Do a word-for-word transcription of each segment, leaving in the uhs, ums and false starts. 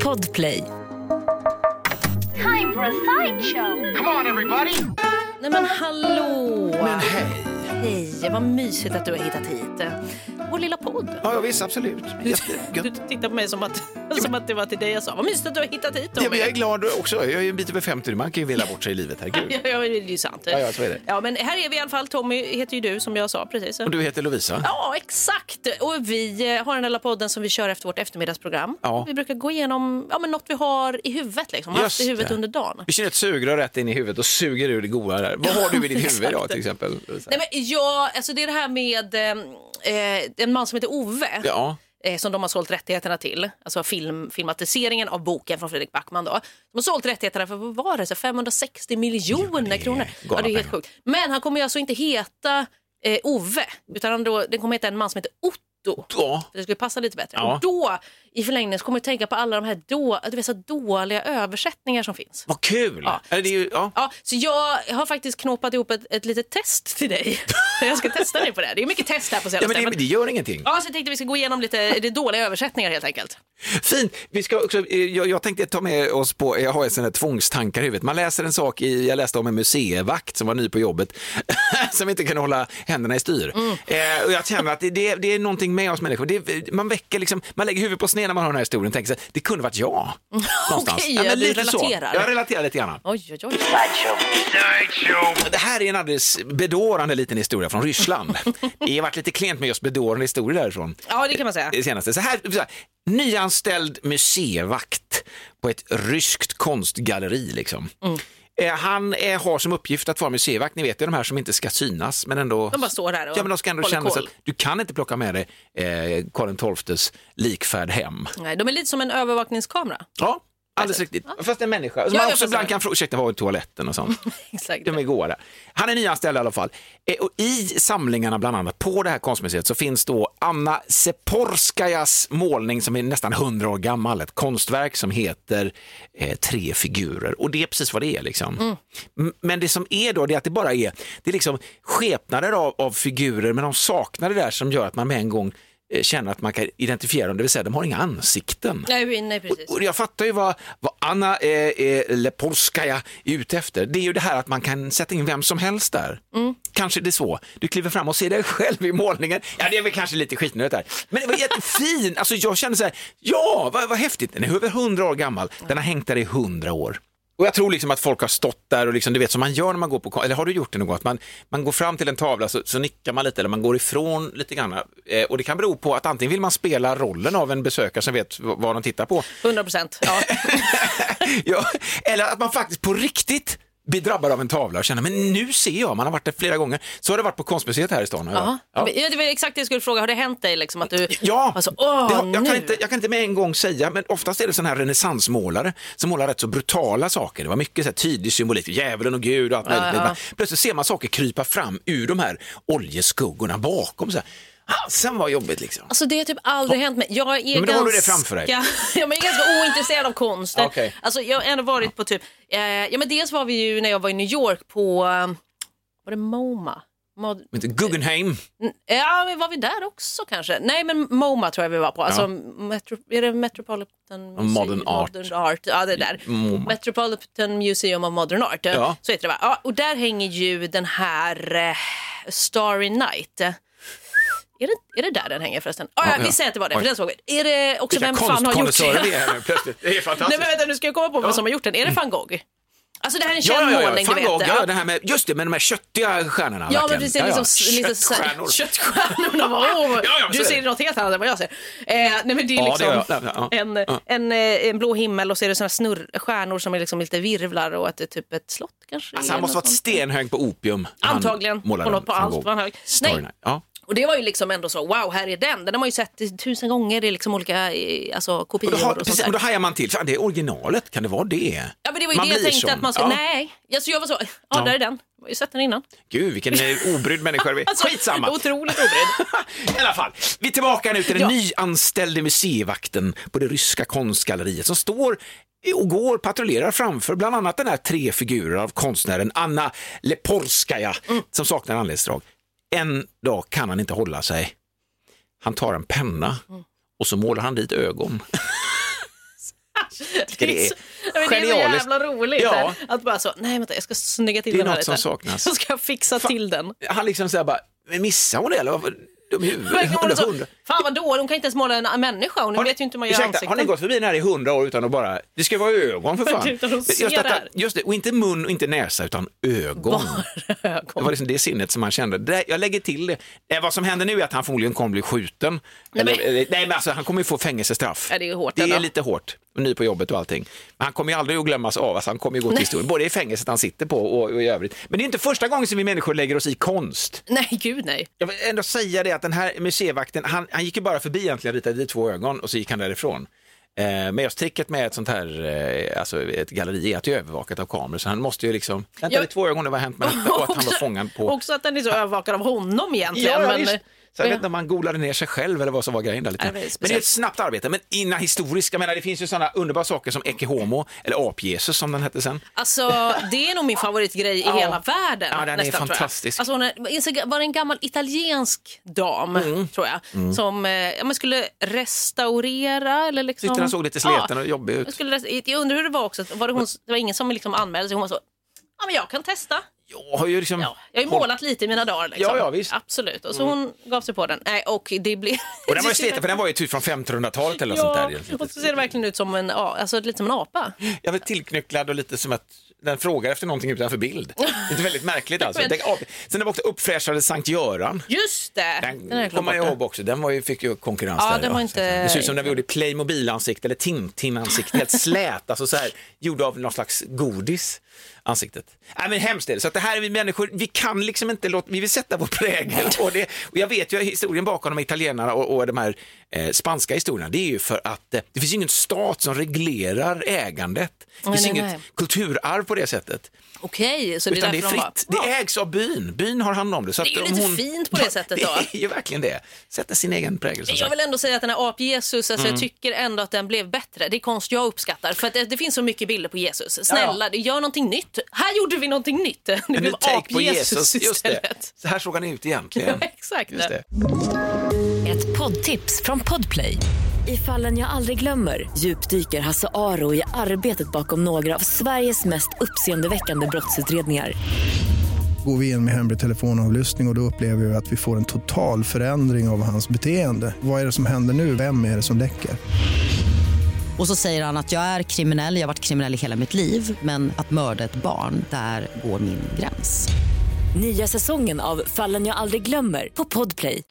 Podplay. Time for a sideshow. Come on everybody. Nej men hallå. Men hej. Hej, vad mysigt att du har hittat hit. Vår lilla podd. Ja, jag visst, absolut. Du, du tittar på mig som att, som att det var till dig jag sa. Vad mysigt att du har hittat hit. Ja, men jag är glad också. Jag är en bit över femtio. Man kan ju vilja bort sig i livet, herregud. Ja, ja, det är ju sant. Ja, ja, så är det. Ja, men här är vi i alla fall. Tommy heter ju du, som jag sa precis. Och du heter Lovisa? Ja, exakt. Och vi har den här podden som vi kör efter vårt eftermiddagsprogram. Ja. Vi brukar gå igenom ja, men något vi har i huvudet, liksom. Haft Just i huvudet det. under dagen. Vi känner ett sugrör rätt in i huvudet och suger ur det goda där. Vad har du i ditt huvud idag, till exempel? Nej, men ja, alltså det är det här med eh, en man som heter Ove. Ja. Eh, som de har sålt rättigheterna till. Alltså film, filmatiseringen av boken från Fredrik Backman då. De har sålt rättigheterna för, vad var det? Så femhundrasextio miljoner kronor. Ja, det är helt sjukt. Men han kommer ju alltså inte heta eh, Ove. Utan han då, den kommer heta en man som heter Otto. Ja. Det skulle passa lite bättre. Ja. Och då, i förlängningen, så kommer jag tänka på alla de här då, du vet, så dåliga översättningar som finns. Vad kul! Ja. Är det ju, ja. Ja, så jag har faktiskt knåpat ihop ett, ett litet test till dig. Jag ska testa dig på det. Det är mycket test här på senaste. Ja, men det, det gör ingenting. Ja, så jag tänkte vi ska gå igenom lite det dåliga översättningar helt enkelt. Fint. Vi ska också, jag, jag tänkte ta med oss på, jag har en sån här tvångstankar i huvudet. Man läser en sak, i, jag läste om en museivakt som var ny på jobbet som inte kan hålla händerna i styr. Mm. Eh, och jag känner att det, det, det är någonting med oss människor. Det, man väcker liksom, man lägger huvudet på sned när man hör den här historien och tänker sig, det kunde varit jag. Någonstans. Okej, ja, men du lite relaterar. Så. Jag relaterar lite grann. Oj, oj, oj. Det här är en alldeles bedårande liten historia från Ryssland. Det har varit lite klent med just bedårande historier därifrån. Ja, det kan man säga. Det senaste. Så här, så här nyanställd museivakt på ett ryskt konstgalleri liksom. Mm. Eh, han eh, har som uppgift att vara museivakt. Ni vet ju de här som inte ska synas, men ändå... De bara står här och ja, men de ska ändå känna sig att du kan inte plocka med dig eh, Karl tolftes likfärd hem. Nej, de är lite som en övervakningskamera. Ja. Alldeles riktigt. Ja. Fast en människa. Som ja, man också ibland kan fråga, ursäkta, var i toaletten och sånt. Exakt. De är goda. Han är nyanställd i alla fall. Eh, och i samlingarna bland annat på det här konstmuseet så finns då Anna Seporskajas målning som är nästan hundra år gammal. Ett konstverk som heter eh, Tre figurer. Och det är precis vad det är liksom. Mm. M- men det som är då det är att det bara är, det är liksom skepnader av, av figurer, men de saknar det där som gör att man med en gång känner att man kan identifiera dem, det vill säga de har inga ansikten. Nej, nej precis. Och, och jag fattar ju vad, vad Anna eh, eh, Lepolskaja är ute efter. Det är ju det här att man kan sätta in vem som helst där. Mm. Kanske det är så. Du kliver fram och ser dig själv i målningen. Ja, det är väl kanske lite skitnödigt där. Men det var jättefin. Alltså jag kände så här, ja, vad, vad häftigt. Den är över hundra år gammal. Den har hängt där i hundra år. Och jag tror liksom att folk har stått där och liksom, du vet som man gör när man går på, eller har du gjort det något? Man, man går fram till en tavla så, så nickar man lite eller man går ifrån lite grann. Eh, och det kan bero på att antingen vill man spela rollen av en besökare som vet vad, vad de tittar på. hundra procent, ja. Ja. Eller att man faktiskt på riktigt blir drabbad av en tavla och känner, men nu ser jag, man har varit där flera gånger. Så har det varit på konstmuseet här i stan. Ja. Ja. Det var exakt det jag skulle fråga, har det hänt dig liksom att du... Ja, alltså, åh, det har, jag, nu. kan inte, jag kan inte med en gång säga, men oftast är det sån här renässansmålare som målar rätt så brutala saker. Det var mycket så här tydlig symbolik, djävulen och Gud och allt möjligt. Ja, ja. Plötsligt ser man saker krypa fram ur de här oljeskuggorna bakom så här. Sen var jobbigt liksom. Alltså det har typ aldrig ja. hänt mig. Jag är men då ganska... har du det framför dig. Ja, men jag är ganska ointresserad av konst. Okay. Alltså jag har ändå varit på typ... Eh, ja men dels var vi ju när jag var i New York på... Um, var det MoMA? Mod... Guggenheim. Ja, men var vi där också kanske? Nej, men MoMA tror jag vi var på. Alltså, ja. Metro... är det Metropolitan Museum? Modern Art. Modern Art. Ja, det där. MoMA. Metropolitan Museum of Modern Art. Ja. Så heter det va? Ja, och där hänger ju den här uh, Starry Night. Är det, är det där den hänger förresten? Ah, ja, ja. Vi säger att det var det, för den såg vi. Är det också vilka vem fan har gjort det? Det är, plötsligt. Det är fantastiskt. Nej, men vänta, nu ska jag komma på vem som har gjort den. Är det Van Gogh? Alltså det här är en känd ja, ja, ja. målning, Van du Gogh, vet. Ja, det här med, just det, med de här köttiga stjärnorna. Ja, verkligen. men precis, ja, ja. liksom, Köttstjärnor. Lite köttstjärnorna. Oh, ja, ja, du ser något helt annat än vad jag ser. Eh, nej, men det är liksom ja, det är, ja, ja. En, ja. En, en blå himmel och så är det såna snurr, stjärnor som är liksom lite virvlar och att det är typ ett slott kanske. Alltså han måste vara stenhög på opium. Antagligen, på något på allt var han hög. Nej. Ja. Och det var ju liksom ändå så, wow, här är den. Den har man ju sett tusen gånger, det är liksom olika alltså, kopior och, och, har, och sånt precis, och då hajar man till, fan det är originalet, kan det vara det? Ja, men det var ju man det jag tänkte sån. att man ska, ja. nej. Alltså jag var så, ja, ja. Där är den. Jag har ju sett den innan. Gud, vilken obrydd människa vi är. Alltså, skitsamma. Otroligt obrydd. I alla fall, vi är tillbaka nu till den ja. nyanställde museivakten på det ryska konstgalleriet som står och går, patrullerar framför bland annat den här tre figurer av konstnären Anna Lepolskaja mm. som saknar anledsdrag. En dag kan han inte hålla sig. Han tar en penna mm. och så målar han dit ögon. Det är, så, det är så jävla roligt ja. att bara så, nej vänta, jag ska snygga till det är den här något som lite. saknas. Så ska jag fixa Fan, till den. Han liksom säger bara, men missar hon det eller? De är så, fan vad dåligt, hon kan inte ens måla en människa, hon har vet ju inte hur man gör ansikten. Har ni gått förbi den här i hundra år utan att bara, det ska vara ögon för fan. Just, just, detta, just det, och inte mun och inte näsa utan ögon. ögon. Det var liksom det sinnet som man kände. Det, jag lägger till det. Eh, vad som händer nu är att han förmodligen kommer bli skjuten. Nej, eller, men, nej men alltså han kommer ju få fängelsestraff. Ja, det är hårt. Det ändå. är lite hårt. Och ny på jobbet och allting. Men han kommer ju aldrig att glömmas av. Alltså, han kommer ju gå till historien. Både i fängelset han sitter på och, och i övrigt. Men det är inte första gången som vi människor lägger oss i konst. Nej, gud nej. Jag vill ändå säga det att den här museivakten, han, han gick ju bara förbi egentligen, ritade i två ögon och så gick han därifrån. Eh, men just tricket med ett sånt här, eh, alltså ett galleri är att det är övervakat av kameror. Så han måste ju liksom, vänta jag... i två ögon det var hänt med detta och att han var fångad på. Också att den är så övervakad av honom egentligen. Ja, men... visst. Så jag vet inte om man golade ner sig själv eller vad som var grejen där lite. Ja, det men det är ett snabbt arbete. Men innan historiska, menar, det finns ju sådana underbara saker som Ecce Homo eller Ap-Jesus som den hette sen. Alltså, det är nog min favoritgrej i ja. hela världen. Ja, den nästan, är fantastisk. Alltså, hon är, var en gammal italiensk dam, mm. tror jag, mm. som ja, man skulle restaurera eller liksom... Tyckte den såg lite sleten ja, och jobbig ut. Jag, skulle, jag undrar hur det var också. Var det, hon, det var ingen som liksom anmälde sig. Hon var så, ja men jag kan testa. Jag har ju liksom... Ja, jag har ju målat lite i mina dagar. Liksom. Ja, ja, visst. Absolut. Och så mm. hon gav sig på den. Nej, och det blev... Och den var ju sliten, för den var ju typ från femtonhundratalet eller ja, sånt där. Ja, och så ser det verkligen ut som en, alltså, lite som en apa. Jag var tillknycklad och lite som att den frågar efter någonting utanför bild. Det är väldigt märkligt alltså. Den, sen det var också uppfräschade Sankt Göran. Just det. Den, den kommer jag ihåg också. Den var ju, fick ju konkurrens ja, där. Den var ja. inte... Det ser ut som när vi gjorde Playmobil-ansikte eller Tintin-ansikte. Helt slät, alltså så här, gjord av någon slags godis. Ansiktet. Nej men hemskt är det. Så att det här är vi människor, vi kan liksom inte låta, vi vill sätta vår prägel på det. Och jag vet ju historien bakom de italienarna och, och de här eh, spanska historierna, det är ju för att eh, det finns ju ingen stat som reglerar ägandet. Det finns nej, inget nej. kulturarv på det sättet. Okej, så det är utan det är fritt. Bara, det ägs av byn. Byn har hand om det. Så det är ju att lite hon, fint på det sättet då. Det är ju verkligen det. Sätta sin egen prägel. Jag vill ändå säga att den här ap-Jesus, alltså mm. jag tycker ändå att den blev bättre. Det är konst jag uppskattar. För att det, det finns så mycket bilder på Jesus. Snälla, ja. Gör någonting nytt. Här gjorde vi någonting nytt. Det en blev ap-Jesus istället. Det. Så här såg han ut egentligen. Ja, exakt. Just det. Ett poddtips från Podplay. I Fallen jag aldrig glömmer djupdyker Hasse Aro i arbetet bakom några av Sveriges mest uppseendeväckande brottsutredningar. Går vi in med hemlig telefonavlyssning och, och då upplever vi att vi får en total förändring av hans beteende. Vad är det som händer nu? Vem är det som läcker? Och så säger han att jag är kriminell, jag har varit kriminell i hela mitt liv, men att mörda ett barn, där går min gräns. Nya säsongen av Fallen jag aldrig glömmer på Podplay.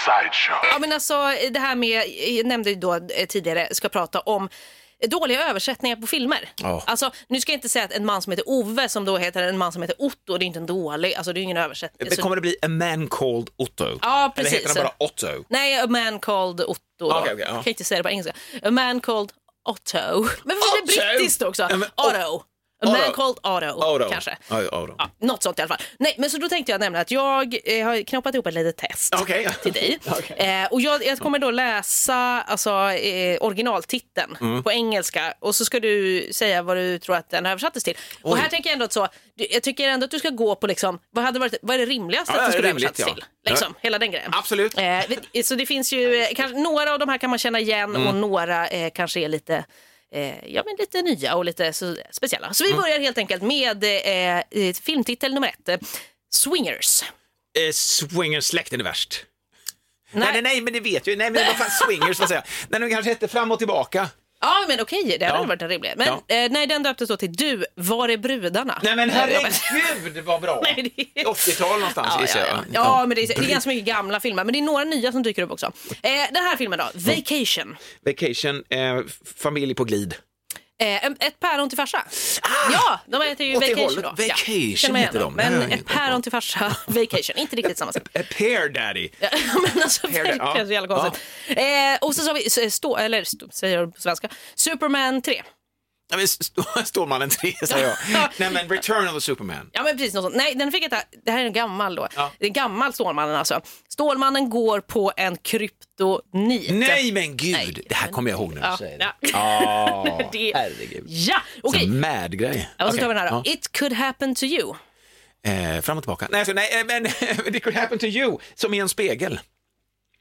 Ja, men alltså, det här med, jag nämnde ju då tidigare, ska prata om dåliga översättningar på filmer. Oh. Alltså, nu ska jag inte säga att en man som heter Ove som då heter en man som heter Otto, det är inte en dålig, alltså det är ingen översättning. Det kommer det bli A Man Called Otto? Ja, precis. Eller heter den bara Otto? Nej, A Man Called Otto. Okay, okay, ja. Jag kan inte säga det på engelska. A Man Called Otto. Men det är brittiskt också. Ja, men, Otto. A Man Otto. Called Otto, Otto. kanske. Oh, Otto. Ja, något sånt i alla fall. Nej, men så då tänkte jag nämligen att jag eh, har knoppat ihop ett litet test okay. till dig. okay. eh, och jag, jag kommer då läsa alltså, eh, originaltiteln mm. på engelska. Och så ska du säga vad du tror att den översattes till. Oj. Och här tänker jag ändå att så, jag tycker ändå att du ska gå på liksom, vad hade varit, vad är det rimligaste ja, att du skulle översättas ja. till? Liksom, ja. Hela den grejen. Absolut. Eh, så det finns ju, kanske, några av de här kan man känna igen mm. och några eh, kanske är lite... Eh, ja, men lite nya och lite så speciella. Så vi börjar mm. helt enkelt med eh, filmtitel nummer ett. Eh, Swingers. Eh, swingers, släkten är värst. Nej. nej, nej, nej, men det vet jag. Nej, men vad fan, Swingers, vad säger jag? Nej, de kanske hette Fram och tillbaka. Ja, men okej, det hade ja. varit en rimlig. Men ja. eh, nej, den döptes då till Du, var är brudarna? Nej, men herregud, det var bra. Nej, det är... åttiotal någonstans, ja, gissar ja, jag. ja. ja, men det är, det är ganska mycket gamla filmer. Men det är några nya som dyker upp också. Eh, den här filmen då, Vacation. Vacation, eh, familj på glid. Eh, ett päron till farsa. Ah, ja, de heter ju Vacation då. Vacation ja, heter de. Men Nej, ett päron till farsa, Vacation. Inte riktigt samma sak. A pear daddy. Ja, men alltså, verkligen ja. så jävla konstigt. Ja. Eh, och så sa vi, stå, eller stå, säger jag på svenska, Superman tre. Ja, men Stålmannen tre, säger jag. Nej, men Return of the Superman. Ja, men precis något sånt. Nej, den fick ett, det här är en gammal då. Ja. Det är en gammal Stålmannen alltså. Stålmannen går på en kryptonit. Nej, men gud. Nej, det här men... kommer jag ihåg när du ja. säger det. Ja. Oh, det... herregud. Ja, okej. Okay. Mad grej. Ja, och så tar okay. vi den här då. Ja. It could happen to you. Eh, fram och tillbaka. Nej, alltså, nej men It could happen to you, som i en spegel.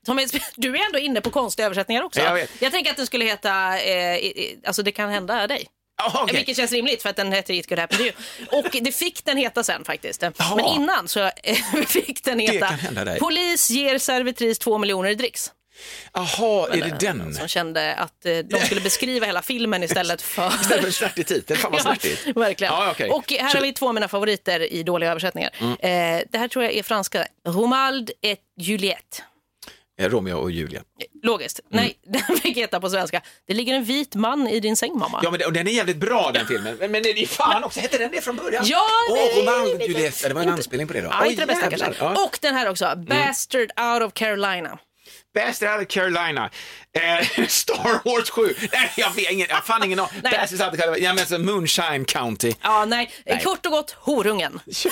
Som är, du är ändå inne på konstiga översättningar också. Jag vet. Jag tänker att den skulle heta, eh, alltså det kan hända dig. Oh, okay. Vilket känns rimligt för att den heter It Could Happen To You. Och det fick den heta sen faktiskt. Jaha. Men innan så fick den heta kan hända dig. Polis ger servitris två miljoner i dricks. Jaha, är det den? Som kände att eh, de skulle beskriva hela filmen istället för... Istället för en snärtig titel, fan vad snärtigt. Ja, verkligen. Ja, okay. Och här har vi två av mina favoriter i dåliga översättningar. Mm. Eh, det här tror jag är franska. Romald et Juliette. Romeo och Julia. Logiskt. Mm. Nej, den fick heta på svenska. Det ligger en vit man i din säng, mamma. Ja, men det, och den är jävligt bra, den filmen. Men, men det är fan också, hette den det från början? Ja, Åh, oh, Romeo och Juliette. Det var en anspelning på det då. Ja, Oj, inte det bästa kanske. Ja. Och den här också. Bastard mm. out of Carolina. Bastard out of Carolina. Eh, Star Wars sju. Nej, jag vet ingen. Jag fann ingen. Bastard out of Carolina. Jag menar Moonshine County. Ja, nej. nej. Kort och gott, horungen. Ja.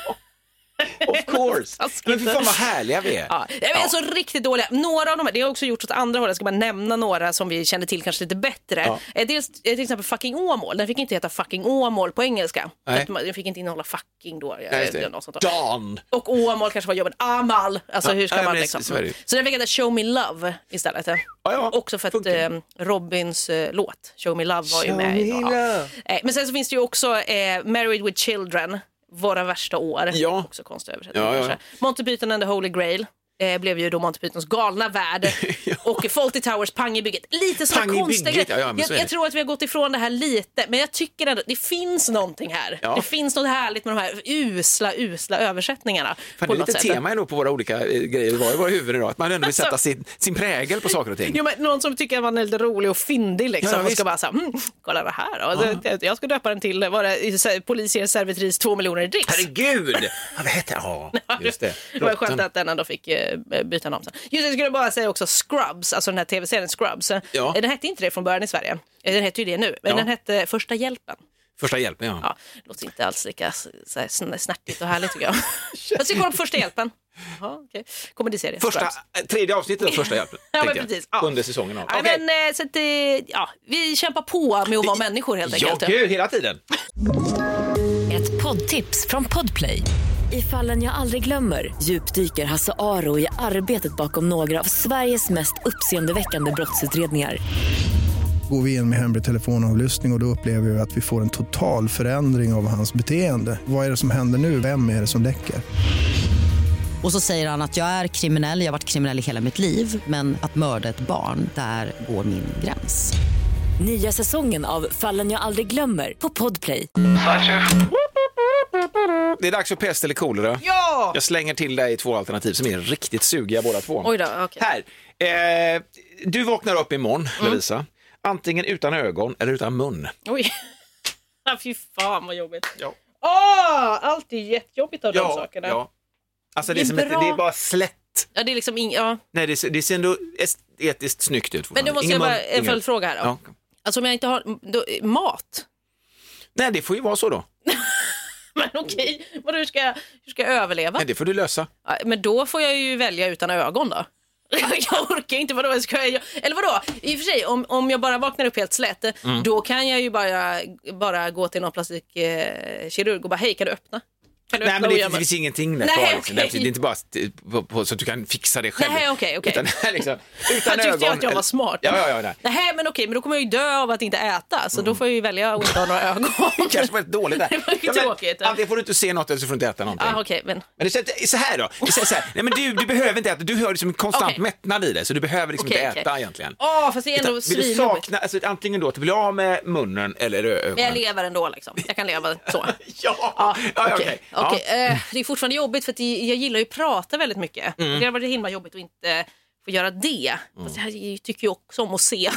Of course. Men för fan vad härliga vi är. Ja, jag är ja. så riktigt dåliga. Några av dem, det har också gjorts åt andra håll. Jag ska bara nämna några som vi kände till kanske lite bättre. Ja. Dels till exempel Fucking Åmål. Den fick inte heta Fucking Åmål på engelska. Den fick inte innehålla fucking då. Dawn. Och Åmål kanske var jobben Amal. Alltså ja. hur ska ja, man liksom. Så, så den fick heta Show Me Love istället. Ja, ja. Också för att eh, Robins eh, låt Show Me Love var ju med. Ja. Eh, men sen så finns det ju också eh, Married with Children. Våra värsta år. Ja. Också konstigt översättning. Ja, ja. Monty Python and the Holy Grail eh, blev ju då Monty Pythons galna värld. ja. Och Fawlty Towers, Pang i bygget. Lite så konstigt. Ja, ja, jag, jag tror att vi har gått ifrån det här lite. Men jag tycker ändå det finns någonting här. Ja. Det finns något härligt med de här usla, usla översättningarna. Fan, det är lite sätt. tema ändå på våra olika eh, grejer. Var i våra huvuden idag. Att man ändå vill sätta sin, sin prägel på saker och ting. Jo, men någon som tycker att man är lite rolig och fyndig liksom. Ja, och ska bara säga, hm, kolla det här. Alltså, ja. Jag ska döpa den till var det, polisier servitris två miljoner i dricks. Herregud! Ja, vad heter det? Ja, just det. Det var skönt att den ändå fick eh, byta namn sen. Just det, jag skulle bara säga också Scrubs, alltså den här tv-serien Scrubs. Ja. Den hette inte det från början i Sverige. Den heter ju det nu, men ja. den hette Första hjälpen. Första hjälpen, ja. Ja, det låter inte alls lika så här, snärtigt och härligt tycker jag. Jag ska kolla på Första hjälpen. Jaha, okej. Komediserie. Första, tredje avsnittet av Första hjälpen. Ja, men precis. Ja. Under säsongen av. Ja, okay. Men så att, ja, vi kämpar på med att vara människor helt enkelt. Ja, gud, hela tiden. Ett poddtips från Podplay. I Fallen jag aldrig glömmer djupdyker Hasse Aro i arbetet bakom några av Sveriges mest uppseendeväckande brottsutredningar. Går vi in med hemlig telefonavlyssning och, och då upplever vi att vi får en total förändring av hans beteende. Vad är det som händer nu? Vem är det som läcker? Och så säger han att jag är kriminell, jag har varit kriminell i hela mitt liv. Men att mörda ett barn, där går min gräns. Nya säsongen av Fallen jag aldrig glömmer på Podplay. Det är dags för pest eller kolera. Ja! Jag slänger till dig två alternativ som är riktigt sugiga båda två. Oj då, okay. Här, eh, du vaknar upp imorgon, mm. Lovisa. Antingen utan ögon eller utan mun. Oj, fy fan vad jobbigt. Ja. Åh, allt är jättejobbigt av ja, de sakerna. Ja. Alltså det är, det är, som ett, det är bara slätt. Ja, det är liksom in, ja. Nej, det, det ser ändå estetiskt snyggt ut. Men då måste ingen jag bara, en följdfråga här då. Ja. Alltså om jag inte har då, mat. Nej, det får ju vara så då. Men okej, okay. hur, ska jag, hur ska jag överleva? Nej, det får du lösa. Ja, men då får jag ju välja utan ögon då. Jag orkar inte, vadå ska jag, eller vadå, i och för sig om, om jag bara vaknar upp helt slätt, mm. då kan jag ju bara, bara gå till någon plastikkirurg och bara, hej, kan du öppna? Nej, men det finns ingenting där. Nej, okay. Det är inte bara på, på, så att du kan fixa det själv. Nej, okej, okej. Utan, liksom, utan jag tyckte ögon, att jag var smart. Ja, ja, ja, nej. Nej, men okej, men då kommer jag ju dö av att inte äta. Så mm. då får jag ju välja att inte ha några ögon. Det kanske var dåligt där. Det var ju ja, tråkigt. Antingen får du inte se något eller så får du inte äta någonting. Ah, okay, men men det är så här då. Det är så här. Nej, men du, du behöver inte äta. Du har liksom en konstant okay. mättnad i det. Så du behöver liksom okay, inte äta okay. egentligen. Åh, oh, fast det är ändå Utan, vill du sakna, alltså, antingen då att du blir av med munnen eller ögonen. Men jag lever ändå liksom. Jag kan leva så. ja, ja, ja, okej. Okay. Okay. Okay. Uh, det är fortfarande jobbigt för att jag gillar ju att prata väldigt mycket. Mm. Det har varit himla jobbigt att inte få göra det. Mm. Fast jag tycker ju också om att se.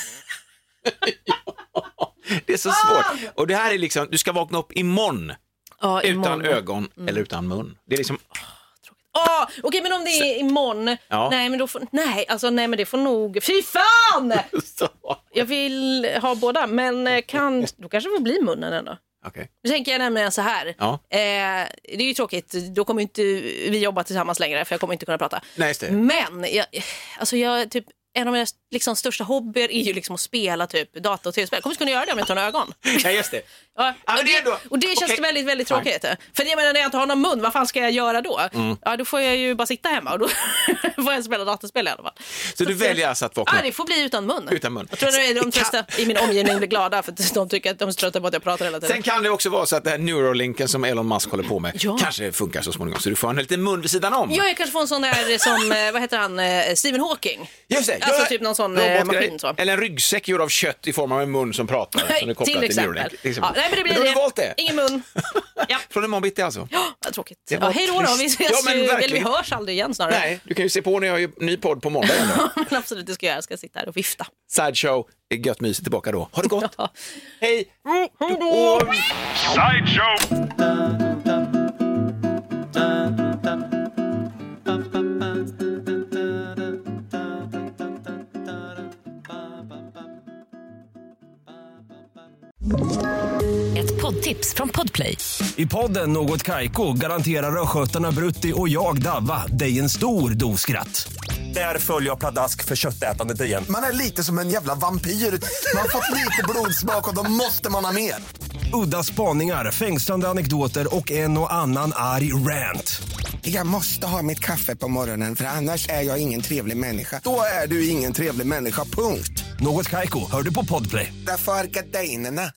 ja, det är så svårt. Ah! Och det här är liksom, du ska vakna upp imorgon. Ah, utan imorgon. ögon mm. eller utan mun. Det är liksom... Oh, Okej, okay, men om det är imorgon. Ja. Nej, men då får, nej, alltså nej, men det får nog. Fy fan! Jag vill ha båda, men kan då kanske det får bli munnen ändå. Okay. Nu tänker jag nämligen så här. Ja. Eh, det är ju tråkigt. Då kommer inte vi jobba tillsammans längre, för jag kommer inte kunna prata. Nej, just det. Men jag, alltså jag typ en av mina liksom, största hobbyer är ju liksom att spela typ data- och tv-spel. Kommer du kunna göra det om jag inte har några ögon? Ja, just det. Ja, och, det, det och det känns okay. väldigt, väldigt tråkigt. För jag menar, när jag inte har någon mun, vad fan ska jag göra då? Mm. Ja, då får jag ju bara sitta hemma och då får jag spela dataspel i alla fall. Så, så du väljer alltså att vakna? Ja, det får bli utan mun. Utan mun. Jag tror att de flesta i min omgivning blir glada för att de tycker att de ströttar på att jag pratar hela tiden. Sen kan det också vara så att det här Neuralinken som Elon Musk håller på med ja. kanske funkar så småningom, så du får en liten mun vid sidan om. Ja, jag kanske får en sån där som, vad heter han, Stephen Hawking. Just det. Alltså ja, typ någon sån maskin så. Eller en ryggsäck gjord av kött i form av en mun som pratar. Nej, som är till exempel. Till ja, nej, men det blir men det. Har du valt det? Ingen mun. Ja. Från en morgon alltså. Ja, vad tråkigt. Det Ja, hej då då. Vi ses ja, men ju, verkligen. eller vi hörs aldrig igen snarare. Nej, du kan ju se på när jag gör ny podd på måndag. Men absolut, det ska jag göra. Jag ska sitta här och vifta. Sideshow, är gött mysigt tillbaka då. Ha det gott. Ja. Hej. Mm, hej då. Sideshow. Ett poddtips från Podplay. I podden Något Kaiko garanterar röskötarna Brutti och jag Davva dig en stor dos skratt. Där följer jag pladask för köttätandet igen. Man är lite som en jävla vampyr. Man har fått lite blodsmak och då måste man ha mer. Udda spaningar, fängslande anekdoter och en och annan arg rant. Jag måste ha mitt kaffe på morgonen för annars är jag ingen trevlig människa. Då är du ingen trevlig människa, punkt. Något Kaiko, hör du på Podplay. Därför är gardinerna.